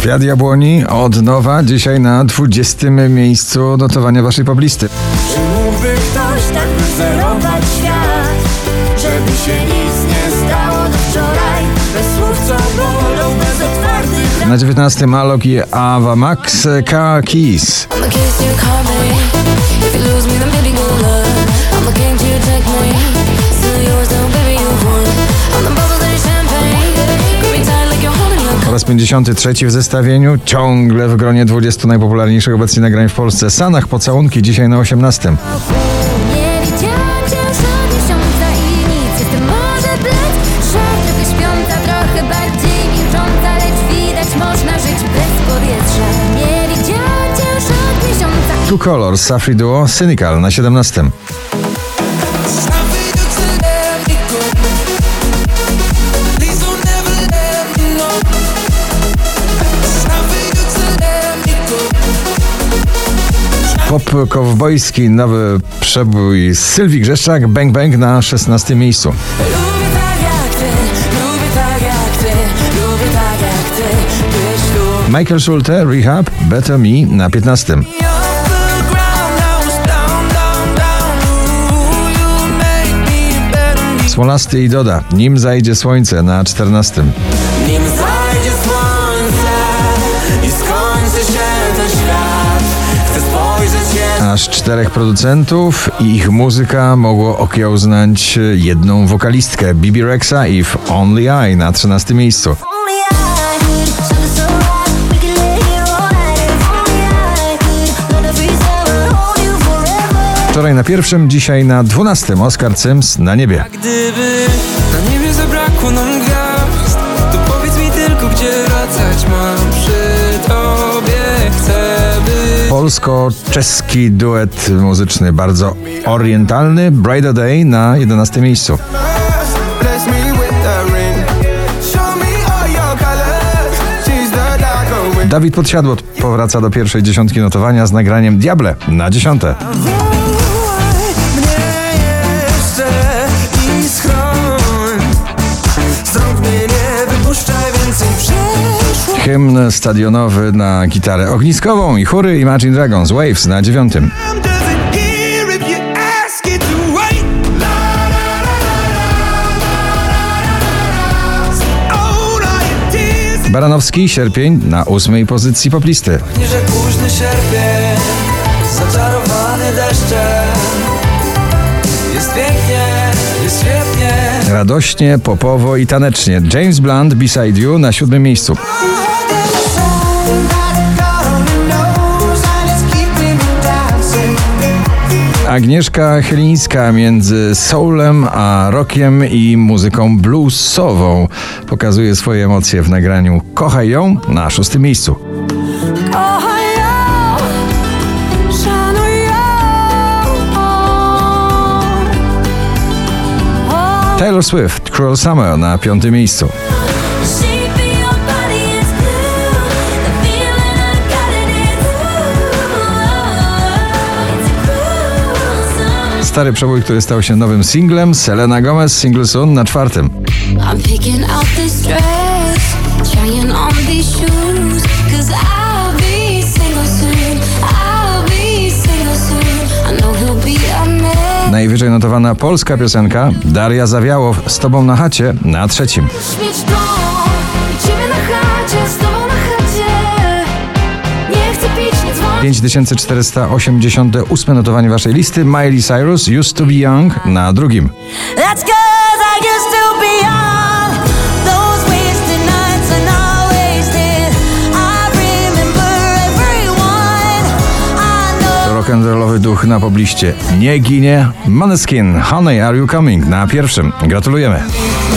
Kwiat jabłoni od nowa, dzisiaj na 20. miejscu notowania waszej poblisty. Czy mógłby ktoś tak wyzerować świat, żeby się nic nie stało do wczoraj, bez słów co bolą, bez otwartych. Na 19. Alok i Ava Max, Car Keys. Oraz 53. w zestawieniu, ciągle w gronie 20 najpopularniejszych obecnie nagrań w Polsce. Sanach pocałunki, dzisiaj na 18. Nie widziałam cię już od miesiąca i nic, jestem może blec, trochę śpiąca, trochę bardziej milcząca, lecz widać można żyć bez powietrza. Nie widziałam cię już od miesiąca. Two Colors, Safri Duo, Cynical na 17. Pop kowbojski, nowy przebój Sylwii Grzeszczak, Bang Bang na 16. miejscu. Lubię tak jak ty, lubię tak jak ty, lubię tak jak ty, byś tu. Michael Schulte, Rehab, Better Me na 15. Smolasty i Doda, Nim zajdzie słońce na 14. Nim zajdzie słońce i skończy się ten świat, chcę spojrzeć się. Aż 4 producentów i ich muzyka mogło okiełznać jedną wokalistkę, Bibi Rexa i w Only I na 13. miejscu. Wczoraj na 1, dzisiaj na 12. Oskar Sims, Na niebie. Gdyby na niebie zabrakło nam gwiazd, to powiedz mi tylko, gdzie wracać mam przy tobie. Chcę być. Polsko-czeski duet muzyczny, bardzo orientalny, Brighter Day na 11. miejscu. Bless me with the ring. Show me all your colors. She's the dark wind. Dawid Podsiadło powraca do pierwszej dziesiątki notowania z nagraniem Diable na 10. Hymn stadionowy na gitarę ogniskową i chóry Imagine Dragons, Waves na 9. Baranowski, Sierpień na 8. pozycji poplisty. Nie, że późny sierpień, zaczarowany deszczem. Jest pięknie, jest świetnie. Radośnie, popowo i tanecznie. James Blunt, Beside You na 7. miejscu. Agnieszka Chylińska między soulem a rockiem i muzyką bluesową pokazuje swoje emocje w nagraniu Kochaj ją na 6. miejscu. Kochaj ją, szanuj ją. Taylor Swift, Cruel Summer na 5. miejscu. Stary przebój, który stał się nowym singlem, Selena Gomez, Single Soon na 4. I'm picking out this dress, trying on these shoes, 'cause I'll be single soon, I'll be single soon, I know he'll be a man. Najwyżej notowana polska piosenka Daria Zawiałow, Z tobą na chacie na 3. Mieć dom i ciebie na chacie, z tobą na chacie, nie chcę pić, nie dzwonić. 5488 notowanie waszej listy, Miley Cyrus, Used to be Young na 2. That's 'cause I used to be young, those wasted nights are not wasted, I remember everyone, I know. Rock'n'rollowy duch na pobliście nie ginie. Måneskin, Honey, Are You Coming na 1. Gratulujemy.